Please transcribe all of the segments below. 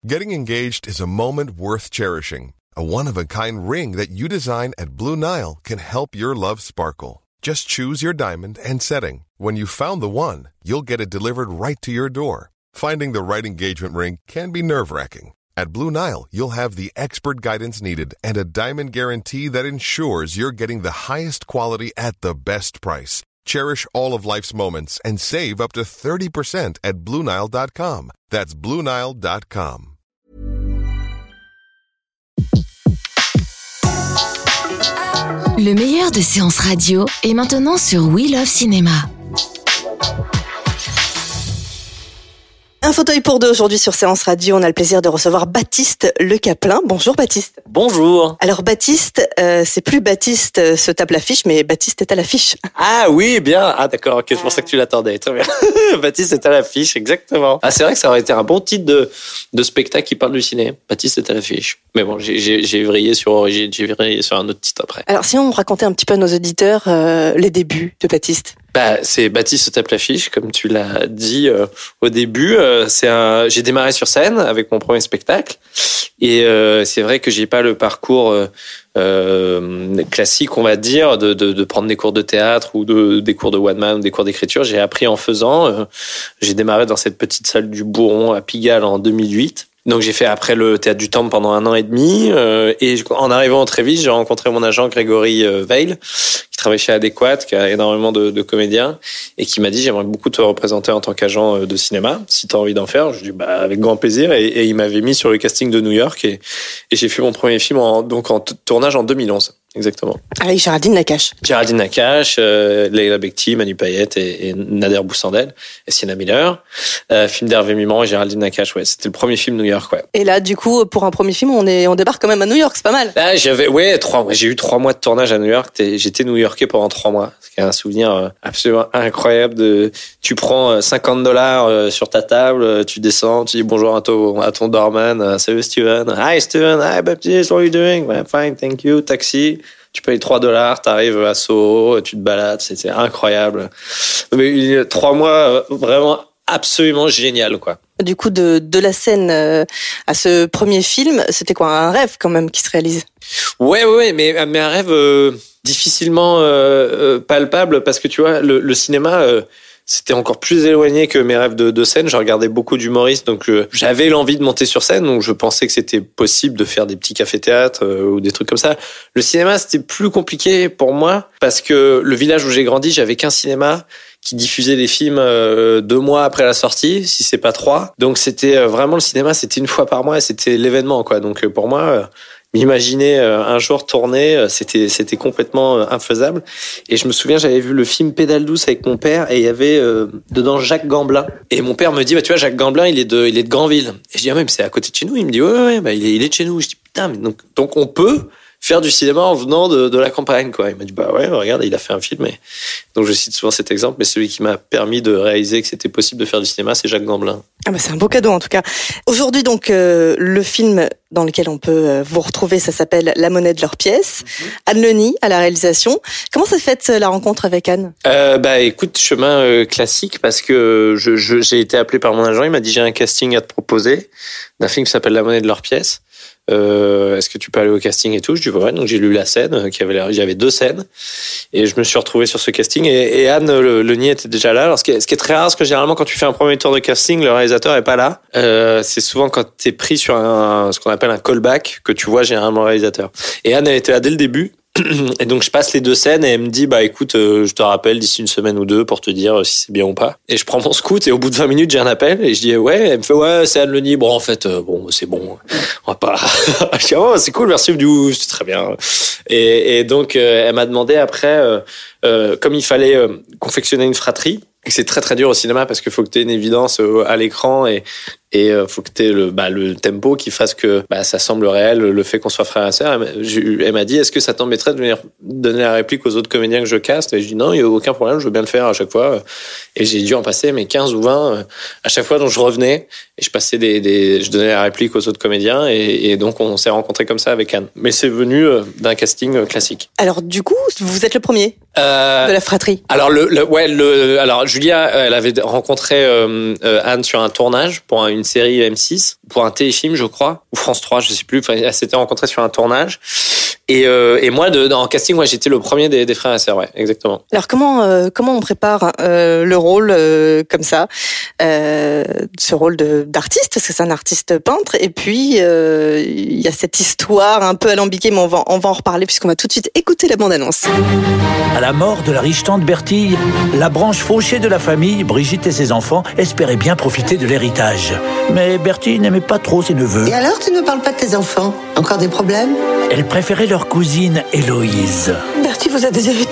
Getting engaged is a moment worth cherishing. A one-of-a-kind ring that you design at Blue Nile can help your love sparkle. Just choose your diamond and setting. When you've found the one, you'll get it delivered right to your door. Finding the right engagement ring can be nerve-wracking. At Blue Nile, you'll have the expert guidance needed and a diamond guarantee that ensures you're getting the highest quality at the best price. Cherish all of life's moments and save up to 30% at BlueNile.com. That's BlueNile.com. Le meilleur de séances radio est maintenant sur We Love Cinéma. Un fauteuil pour deux aujourd'hui sur Séance Radio. On a le plaisir de recevoir Baptiste Le Caplin. Bonjour Baptiste. Bonjour. Alors Baptiste, c'est plus Baptiste se tape l'affiche, mais Baptiste est à l'affiche. Ah oui, bien. Ah d'accord, ok, c'est pour ça que tu l'attendais. Très bien. Baptiste est à l'affiche, exactement. Ah c'est vrai que ça aurait été un bon titre de spectacle qui parle du ciné. Baptiste est à l'affiche. Mais bon, j'ai vrillé sur Origine, j'ai vrillé sur un autre titre après. Alors si on racontait un petit peu à nos auditeurs les débuts de Baptiste. C'est Baptiste se tape l'affiche, comme tu l'as dit au début. J'ai démarré sur scène avec mon premier spectacle, et c'est vrai que j'ai pas le parcours classique, on va dire, de prendre des cours de théâtre ou des cours de one man ou des cours d'écriture. J'ai appris en faisant. J'ai démarré dans cette petite salle du Bourron à Pigalle en 2008. Donc j'ai fait après le Théâtre du Temple pendant 1 an et demi, et en arrivant très vite, j'ai rencontré mon agent Grégory Veil, qui travaille chez Adéquat, qui a énormément de comédiens, et qui m'a dit j'aimerais beaucoup te représenter en tant qu'agent de cinéma, si tu as envie d'en faire. Je lui ai dit avec grand plaisir, et il m'avait mis sur le casting de New York, et j'ai fait mon premier film en tournage en 2011. Exactement. Avec Géraldine Nakache. Géraldine Nakache, Leila Bekti, Manu Payet et Nader Boussandel et Sienna Miller. Film d'Hervé Mimran et Géraldine Nakache, ouais. C'était le premier film New York, ouais. Et là, du coup, pour un premier film, on débarque quand même à New York, c'est pas mal. Là, j'ai eu 3 mois de tournage à New York. J'étais new-yorkais pendant 3 mois. C'est un souvenir absolument incroyable tu prends $50 sur ta table, tu descends, tu dis bonjour à ton doorman, salut Steven. Hi Steven, hi Baptiste, what are you doing? I'm fine, thank you. Taxi. Tu payes $3, t'arrives à Soho, tu te balades, c'était incroyable. Mais 3 mois vraiment absolument génial, quoi. Du coup, de la scène à ce premier film, c'était quoi, un rêve quand même qui se réalise? Ouais, mais un rêve difficilement palpable, parce que tu vois, le cinéma. C'était encore plus éloigné que mes rêves de scène. Je regardais beaucoup d'humoristes, donc j'avais l'envie de monter sur scène, donc je pensais que c'était possible de faire des petits cafés-théâtres ou des trucs comme ça. Le cinéma, c'était plus compliqué pour moi, parce que le village où j'ai grandi, j'avais qu'un cinéma qui diffusait des films 2 mois après la sortie, si c'est pas 3. Donc c'était vraiment le cinéma, c'était 1 fois par mois, et c'était l'événement, quoi. Donc pour moi... m'imaginer un jour tourner, c'était complètement infaisable. Et je me souviens, j'avais vu le film Pédale douce avec mon père, et il y avait dedans Jacques Gamblin. Et mon père me dit, tu vois, Jacques Gamblin, il est de Granville. Et je dis, mais c'est à côté de chez nous. Il me dit, ouais, il est de chez nous. Je dis, putain, mais donc on peut faire du cinéma en venant de la campagne, quoi. Il m'a dit, ouais, regarde, il a fait un film. Et donc je cite souvent cet exemple, mais celui qui m'a permis de réaliser que c'était possible de faire du cinéma, c'est Jacques Gamblin. C'est un beau cadeau en tout cas. Aujourd'hui donc le film dans lequel on peut vous retrouver, ça s'appelle La monnaie de leur pièce. Anne Leni à la réalisation. Comment s'est faite la rencontre avec Anne? Écoute, chemin classique, parce que j'ai été appelé par mon agent, il m'a dit j'ai un casting à te proposer d'un film qui s'appelle La monnaie de leur pièce. Est-ce que tu peux aller au casting et tout? Je dis ouais. Donc j'ai lu la scène, j'avais 2 scènes, et je me suis retrouvé sur ce casting, et Anne Leni était déjà là. Alors ce qui est très rare, parce que généralement quand tu fais un premier tour de casting, le réalisateur est pas là. C'est souvent quand t'es pris sur ce qu'on appelle un callback que tu vois généralement le réalisateur. Et Anne, elle était là dès le début. Et donc je passe les 2 scènes, et elle me dit écoute, je te rappelle d'ici 1 semaine ou 2 pour te dire si c'est bien ou pas. Et je prends mon scoot, et au bout de 20 minutes j'ai un appel, et je dis ouais. Elle me fait ouais, c'est Anne Leni. Bon, en fait c'est bon, on va pas. Je dis oh, c'est cool, merci, c'est très bien. Et donc elle m'a demandé après, comme il fallait confectionner une fratrie, et c'est très très dur au cinéma, parce qu'il faut que tu aies une évidence à l'écran, et faut que tu aies le tempo qui fasse que ça semble réel, le fait qu'on soit frère et sœur. Elle m'a dit est-ce que ça t'embêterait de venir donner la réplique aux autres comédiens que je caste? Et je dis non, il n'y a aucun problème, je veux bien le faire à chaque fois. Et j'ai dû en passer 15 ou 20 à chaque fois. Donc je revenais et je passais je donnais la réplique aux autres comédiens, et donc on s'est rencontrés comme ça avec Anne. Mais c'est venu d'un casting classique. Alors du coup, vous êtes le premier de la fratrie. Alors alors Julia, elle avait rencontré Anne sur un tournage pour une une série M6 pour un téléfilm, je crois, ou France 3, je sais plus. Enfin, elle s'était rencontrée sur un tournage. Et moi, en casting, moi, j'étais le premier des frères et sœurs, ouais, exactement. Alors comment on prépare le rôle comme ça, ce rôle d'artiste, parce que c'est un artiste peintre, et puis il y a cette histoire un peu alambiquée, mais on va en reparler puisqu'on va tout de suite écouter la bande-annonce. À la mort de la riche tante Bertille, la branche fauchée de la famille, Brigitte et ses enfants, espéraient bien profiter de l'héritage. Mais Bertille n'aimait pas trop ses neveux. Et alors, tu ne parles pas de tes enfants? Encore des problèmes? Elle préférait leur cousine Héloïse. Bertie vous a déshérité.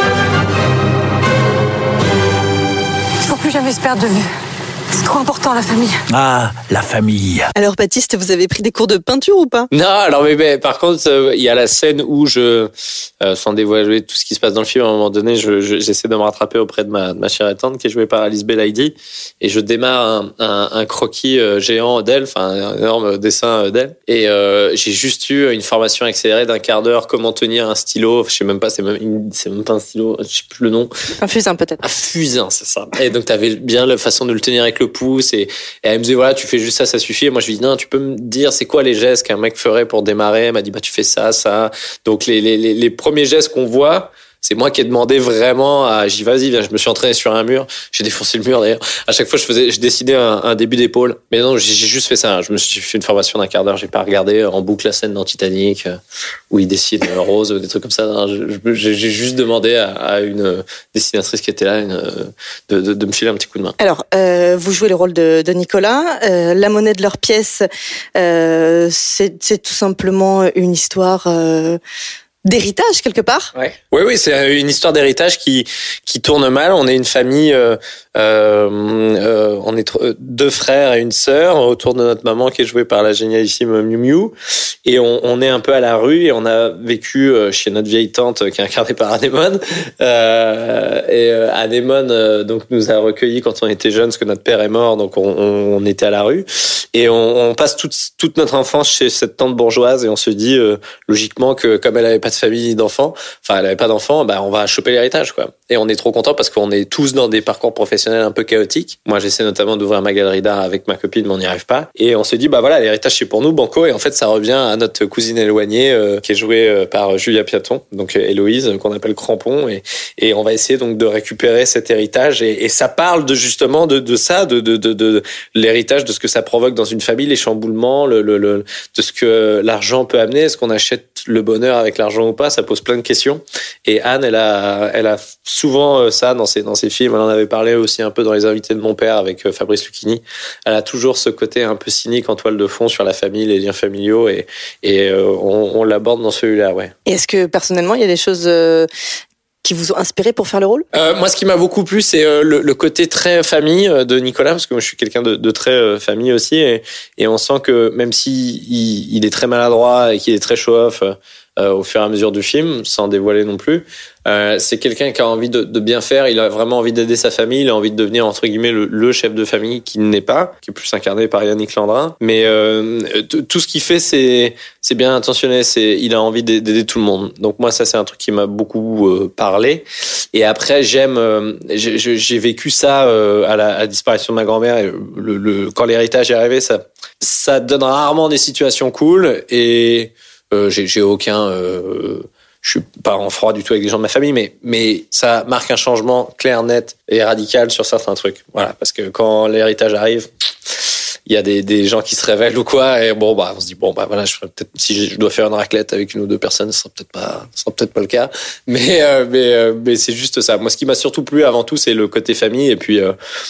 Il ne faut plus jamais se perdre de vue. C'est trop important, la famille. Ah, la famille. Alors Baptiste, vous avez pris des cours de peinture ou pas? Non, alors mais par contre, il y a la scène où sans dévoiler tout ce qui se passe dans le film, à un moment donné, j'essaie de me rattraper auprès de ma chère tante qui est jouée par Alice Belaïdi, et je démarre un croquis géant d'elle, enfin un énorme dessin d'elle, et j'ai juste eu une formation accélérée d'un quart d'heure, comment tenir un stylo, je sais même pas, c'est même pas un stylo, je sais plus le nom. Un fusain peut-être. Un fusain, c'est ça. Et donc t'avais bien la façon de le tenir avec le pouce, et elle me disait voilà, tu fais juste ça suffit. Et moi je lui dis non, tu peux me dire c'est quoi les gestes qu'un mec ferait pour démarrer? Elle m'a dit bah tu fais ça. Donc les premiers gestes qu'on voit, c'est moi qui ai demandé vraiment j'ai dit vas-y viens, je me suis entraîné sur un mur, j'ai défoncé le mur d'ailleurs. À chaque fois je dessinais un début d'épaule, mais non, j'ai juste fait ça. Je me suis fait une formation d'un quart d'heure, j'ai pas regardé en boucle la scène dans Titanic où il dessine Rose, des trucs comme ça. J'ai juste demandé à une dessinatrice qui était là de me filer un petit coup de main. Alors vous jouez le rôle de Nicolas, la monnaie de leur pièce, c'est tout simplement une histoire d'héritage quelque part. Ouais. Oui, c'est une histoire d'héritage qui tourne mal. On est une famille, on est deux frères et une sœur autour de notre maman qui est jouée par la génialissime Miu Miu, et on est un peu à la rue et on a vécu chez notre vieille tante qui est incarnée par Anémone. Et Anémone donc nous a recueillis quand on était jeunes parce que notre père est mort, donc on était à la rue et on passe toute notre enfance chez cette tante bourgeoise et on se dit logiquement que comme elle avait pas de famille d'enfants, enfin elle avait pas d'enfants, bah on va choper l'héritage quoi. Et on est trop content parce qu'on est tous dans des parcours professionnels un peu chaotiques. Moi j'essaie notamment d'ouvrir ma galerie d'art avec ma copine, mais on n'y arrive pas. Et on se dit bah voilà, l'héritage c'est pour nous banco, et en fait ça revient à notre cousine éloignée qui est jouée par Julia Piaton, donc Héloïse qu'on appelle Crampon, et on va essayer donc de récupérer cet héritage, et ça parle justement de ça, de l'héritage, de ce que ça provoque dans une famille, les chamboulements, de ce que l'argent peut amener, est-ce qu'on achète le bonheur avec l'argent ou pas, ça pose plein de questions. Et Anne, elle a souvent ça dans ses films. Elle en avait parlé aussi un peu dans Les Invités de mon père avec Fabrice Lucchini. Elle a toujours ce côté un peu cynique en toile de fond sur la famille, les liens familiaux, et on l'aborde dans celui-là, ouais. Et est-ce que personnellement, il y a des choses qui vous ont inspiré pour faire le rôle? Moi, ce qui m'a beaucoup plu, c'est le côté très famille de Nicolas, parce que moi, je suis quelqu'un de très famille aussi, et on sent que même si il est très maladroit et qu'il est très show-off au fur et à mesure du film, sans dévoiler non plus, c'est quelqu'un qui a envie de bien faire. Il a vraiment envie d'aider sa famille. Il a envie de devenir entre guillemets le chef de famille qui n'est pas, qui est plus incarné par Yannick Landrin. Mais tout ce qu'il fait, c'est bien intentionné. Il a envie d'aider tout le monde. Donc moi, ça c'est un truc qui m'a beaucoup parlé. Et après, j'ai vécu ça à la disparition de ma grand-mère. Et quand l'héritage est arrivé, ça donne rarement des situations cool. Et j'ai aucun je suis pas en froid du tout avec des gens de ma famille, mais ça marque un changement clair, net et radical sur certains trucs. Voilà, parce que quand l'héritage arrive, il y a des gens qui se révèlent ou quoi, et bon on se dit voilà, je ferais peut-être, si je dois faire une raclette avec une ou deux personnes, ce sera peut-être pas le cas, mais c'est juste ça. Moi, ce qui m'a surtout plu avant tout, c'est le côté famille, et puis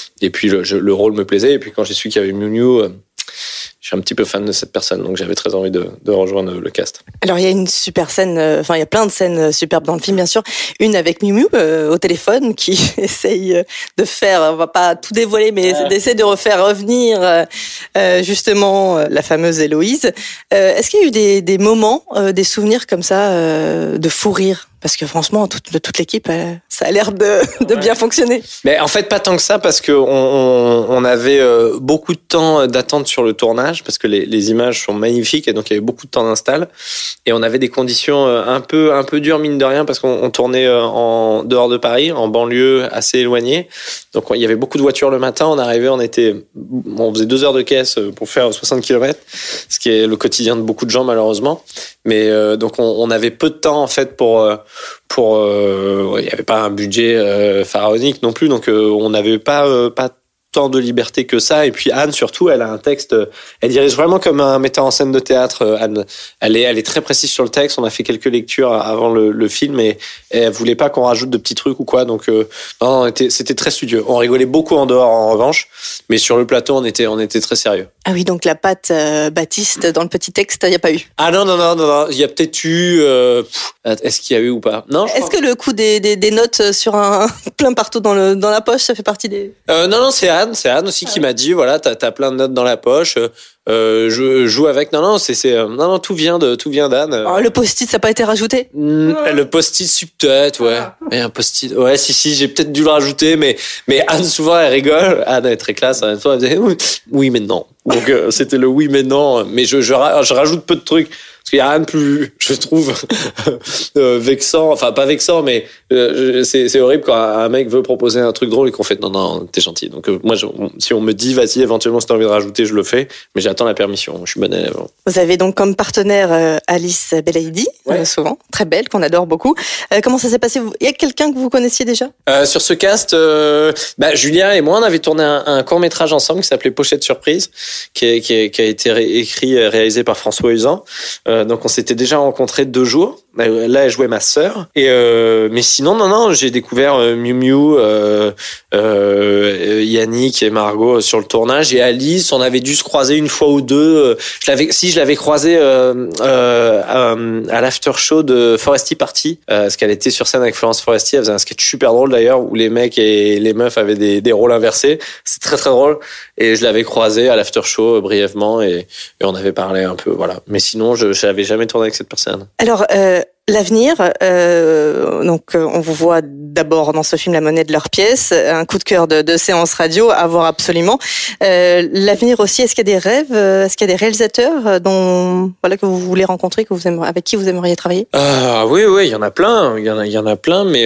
le rôle me plaisait, et puis quand j'ai su qu'il y avait Miu Miu, je suis un petit peu fan de cette personne, donc j'avais très envie de rejoindre le cast. Alors il y a une super scène, il y a plein de scènes superbes dans le film bien sûr. Une avec Miu Miu au téléphone qui essaye de faire, on va pas tout dévoiler, mais d'essayer de refaire revenir justement la fameuse Héloïse. Est-ce qu'il y a eu des moments, des souvenirs comme ça de fou rire Parce que franchement, toute l'équipe, ça a l'air de bien fonctionner. Mais en fait, pas tant que ça, parce que on avait beaucoup de temps d'attente sur le tournage, parce que les images sont magnifiques, et donc il y avait beaucoup de temps d'install. Et on avait des conditions un peu dures, mine de rien, parce qu'on tournait en dehors de Paris, en banlieue assez éloignée. Donc il y avait beaucoup de voitures le matin. On arrivait, on faisait 2 heures de caisse pour faire 60 km, ce qui est le quotidien de beaucoup de gens, malheureusement. Mais donc on avait peu de temps en fait pour il y avait pas un budget pharaonique non plus, donc on n'avait pas tant de liberté que ça. Et puis Anne, surtout, elle a un texte, elle dirige vraiment comme un metteur en scène de théâtre. Anne, elle est très précise sur le texte. On a fait quelques lectures avant le film, et elle voulait pas qu'on rajoute de petits trucs ou quoi. Donc non, c'était très studieux. On rigolait beaucoup en dehors, en revanche, mais sur le plateau, on était très sérieux. Ah oui, donc la patte Baptiste dans le petit texte, il y a pas eu. Ah non, il y a peut-être eu. Est-ce qu'il y a eu ou pas? Non. Est-ce que le coup des notes sur un plein partout dans la poche, ça fait partie des? Non, c'est Anne aussi qui m'a dit, voilà, t'as plein de notes dans la poche. Je joue avec. Non, tout vient d'Anne. Oh, le post-it, ça n'a pas été rajouté? Le post-it, peut-être, ouais. Mais un post-it, ouais, si, j'ai peut-être dû le rajouter, mais Anne, souvent, elle rigole. Anne, elle est très classe. Une fois, elle disait, oui, mais non. Donc, c'était le oui, mais non. Mais je rajoute peu de trucs. Parce qu'il y a rien de plus, je trouve, vexant. Enfin, pas vexant, mais c'est horrible quand un mec veut proposer un truc drôle et qu'on fait non, t'es gentil. Donc moi, si on me dit, vas-y, éventuellement, si t'as envie de rajouter, je le fais. Mais j'attends la permission. Je suis bon élève. Vous avez donc comme partenaire Alice Belaïdi, souvent, très belle, qu'on adore beaucoup. Comment ça s'est passé? Il y a quelqu'un que vous connaissiez déjà? Sur ce cast, Julien et moi, on avait tourné un court-métrage ensemble qui s'appelait Pochette Surprise, qui a été écrit, réalisé par François Usan. Donc on s'était déjà rencontrés 2 jours. Là, elle jouait ma sœur. Et mais sinon, non, j'ai découvert Miu Miu, Yannick et Margot sur le tournage. Et Alice, on avait dû se croiser une fois ou deux. Je l'avais croisée à l'after show de Foresti Party, parce qu'elle était sur scène avec Florence Foresti. Elle faisait un sketch super drôle d'ailleurs, où les mecs et les meufs avaient des rôles inversés. C'est très très drôle. Et je l'avais croisée à l'after show brièvement, et on avait parlé un peu, voilà. Mais sinon, je n'avais jamais tourné avec cette personne. Alors, l'avenir, donc on vous voit d'abord dans ce film La monnaie de leur pièce, un coup de cœur de séance radio à voir absolument. L'avenir aussi, est-ce qu'il y a des rêves, est-ce qu'il y a des réalisateurs que vous voulez rencontrer, avec qui vous aimeriez travailler? Oui, il y en a plein, il y en a plein, mais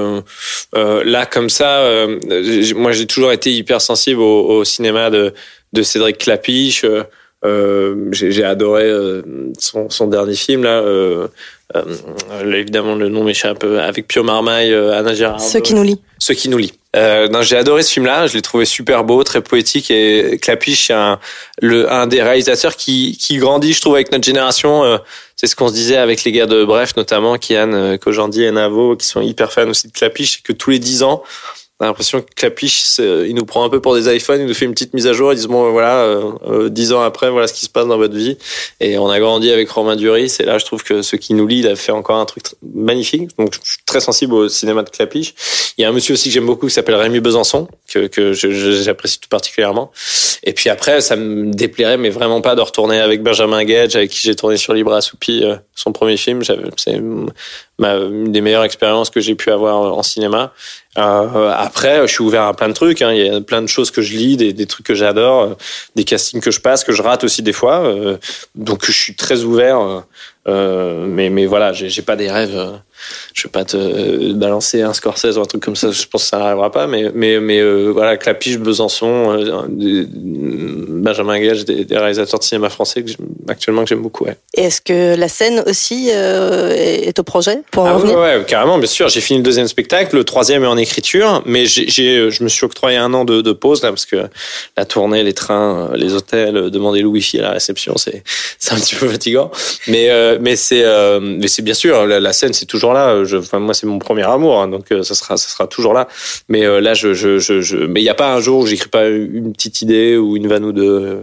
là comme ça, moi j'ai toujours été hyper sensible au cinéma de Cédric Clapiche. J'ai adoré son dernier film là. Évidemment le nom m'échappe, avec Pio Marmaille, Anna Gérard. Ceux qui nous lient. J'ai adoré ce film-là, je l'ai trouvé super beau, très poétique, et Clapiche, c'est un des réalisateurs qui grandit, je trouve, avec notre génération. C'est ce qu'on se disait avec les gars de Bref, notamment Kian Kojandi et Navo, qui sont hyper fans aussi de Clapiche, c'est que tous les 10 ans, on a l'impression que Clapiche, il nous prend un peu pour des iPhones, il nous fait une petite mise à jour, ils disent bon voilà, 10 ans après, voilà ce qui se passe dans votre vie. Et on a grandi avec Romain Duris, et là je trouve que ce qui nous lie, il a fait encore un truc magnifique. Donc je suis très sensible au cinéma de Clapiche. Il y a un monsieur aussi que j'aime beaucoup qui s'appelle Rémi Besançon, que j'apprécie tout particulièrement. Et puis après, ça me déplairait, mais vraiment pas, de retourner avec Benjamin Gage, avec qui j'ai tourné sur Libre Assoupi, son premier film. C'est une des meilleures expériences que j'ai pu avoir en cinéma. Après, je suis ouvert à plein de trucs, hein. Il y a plein de choses que je lis, des trucs que j'adore, des castings que je passe, que je rate aussi des fois. Donc je suis très ouvert. Mais voilà, j'ai pas des rêves. Je vais pas te balancer un Scorsese ou un truc comme ça. Je pense que ça n'arrivera pas. Mais voilà, Clapiche, Besançon, Benjamin Gage, des réalisateurs de cinéma français actuellement que j'aime beaucoup. Ouais. Et est-ce que la scène aussi est au projet pour ouais, carrément, bien sûr. J'ai fini le 2e spectacle, le 3e est en écriture, mais je me suis octroyé 1 an de pause là, parce que la tournée, les trains, les hôtels, demander le wifi à la réception, c'est un petit peu fatigant. Mais c'est bien sûr, la scène, c'est toujours là. Moi, c'est mon premier amour, hein, donc ça sera toujours là. Mais là, mais il y a pas un jour où j'écris pas une petite idée ou une vanne ou deux.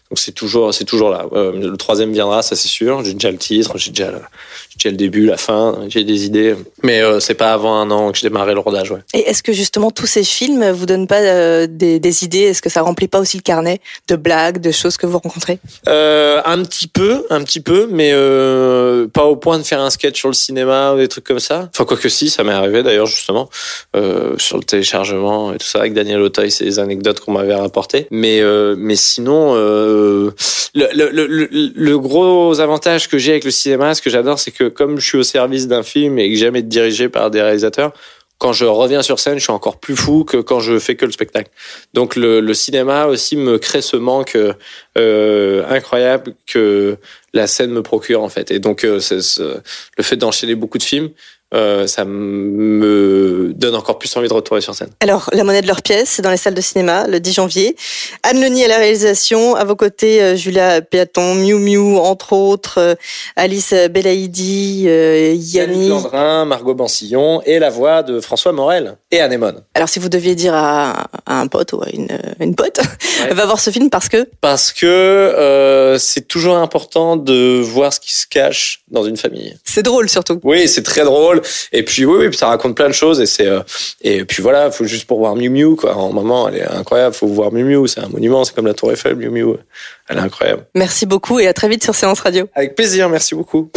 Donc c'est toujours là. Le 3e viendra, ça c'est sûr. J'ai déjà le titre, j'ai déjà le début, la fin, j'ai des idées. Mais c'est pas avant 1 an que je démarrais le rodage. Ouais. Et est-ce que justement tous ces films vous donnent pas des idées? Est-ce que ça remplit pas aussi le carnet de blagues, de choses que vous rencontrez? Un petit peu, mais pas au point de faire un sketch sur le cinéma ou des trucs comme ça. Enfin, quoique si, ça m'est arrivé d'ailleurs justement sur le téléchargement et tout ça avec Daniel Auteuil, c'est des anecdotes qu'on m'avait rapportées. Mais sinon, le gros avantage que j'ai avec le cinéma, ce que j'adore, c'est que comme je suis au service d'un film et que j'aime être dirigé par des réalisateurs, quand je reviens sur scène, je suis encore plus fou que quand je fais que le spectacle. Donc le cinéma aussi me crée ce manque incroyable que la scène me procure en fait. Et donc le fait d'enchaîner beaucoup de films, ça me donne encore plus envie de retourner sur scène. Alors, La monnaie de leur pièce, c'est dans les salles de cinéma le 10 janvier. Anne Leni à la réalisation, à vos côtés, Julia Péaton, Miu Miu, entre autres, Alice Belaïdi, Yannick Landrin, Margot Bansillon et la voix de François Morel et Anémone. Alors, si vous deviez dire à un pote ou à une pote, va voir ce film parce que c'est toujours important de voir ce qui se cache dans une famille. C'est drôle surtout. Oui, c'est très drôle. Et puis oui, ça raconte plein de choses et puis voilà, faut juste pour voir Miu Miu quoi. En moment, elle est incroyable, faut voir Miu Miu, c'est un monument, c'est comme la Tour Eiffel, Miu Miu. Elle est incroyable. Merci beaucoup et à très vite sur Séance Radio. Avec plaisir, merci beaucoup.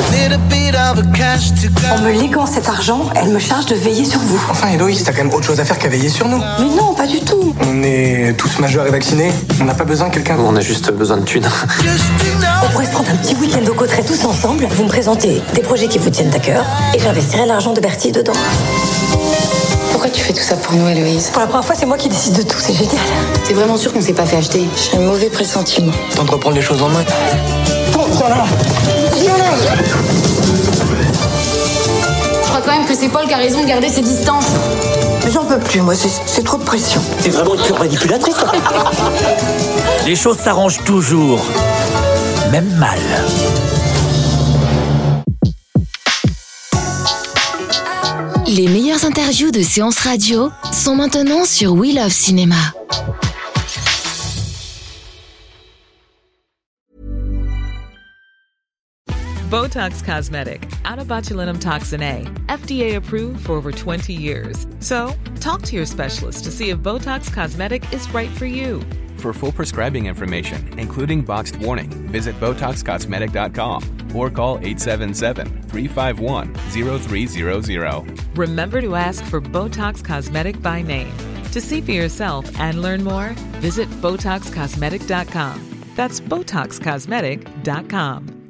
En me léguant cet argent, elle me charge de veiller sur vous. Enfin, Héloïse, t'as quand même autre chose à faire qu'à veiller sur nous. Mais non, pas du tout. On est tous majeurs et vaccinés. On n'a pas besoin de quelqu'un. On a juste besoin de thunes. On pourrait se prendre un petit week-end au Cotteret tous ensemble. Vous me présentez des projets qui vous tiennent à cœur et j'investirai l'argent de Bertie dedans. Pourquoi tu fais tout ça pour nous, Héloïse? Pour la première fois, c'est moi qui décide de tout, c'est génial. T'es vraiment sûre qu'on s'est pas fait acheter? J'ai un mauvais pressentiment. Temps de reprendre les choses en main. Je crois quand même que c'est Paul qui a raison de garder ses distances. Mais j'en peux plus, moi, c'est trop de pression. T'es vraiment une pure manipulatrice. Les choses s'arrangent toujours, même mal. Les meilleures interviews de Séance Radio sont maintenant sur We Love Cinéma. Botox Cosmetic, out of botulinum toxin A, FDA approved for over 20 years. So, talk to your specialist to see if Botox Cosmetic is right for you. For full prescribing information, including boxed warning, visit BotoxCosmetic.com or call 877-351-0300. Remember to ask for Botox Cosmetic by name. To see for yourself and learn more, visit BotoxCosmetic.com. That's BotoxCosmetic.com.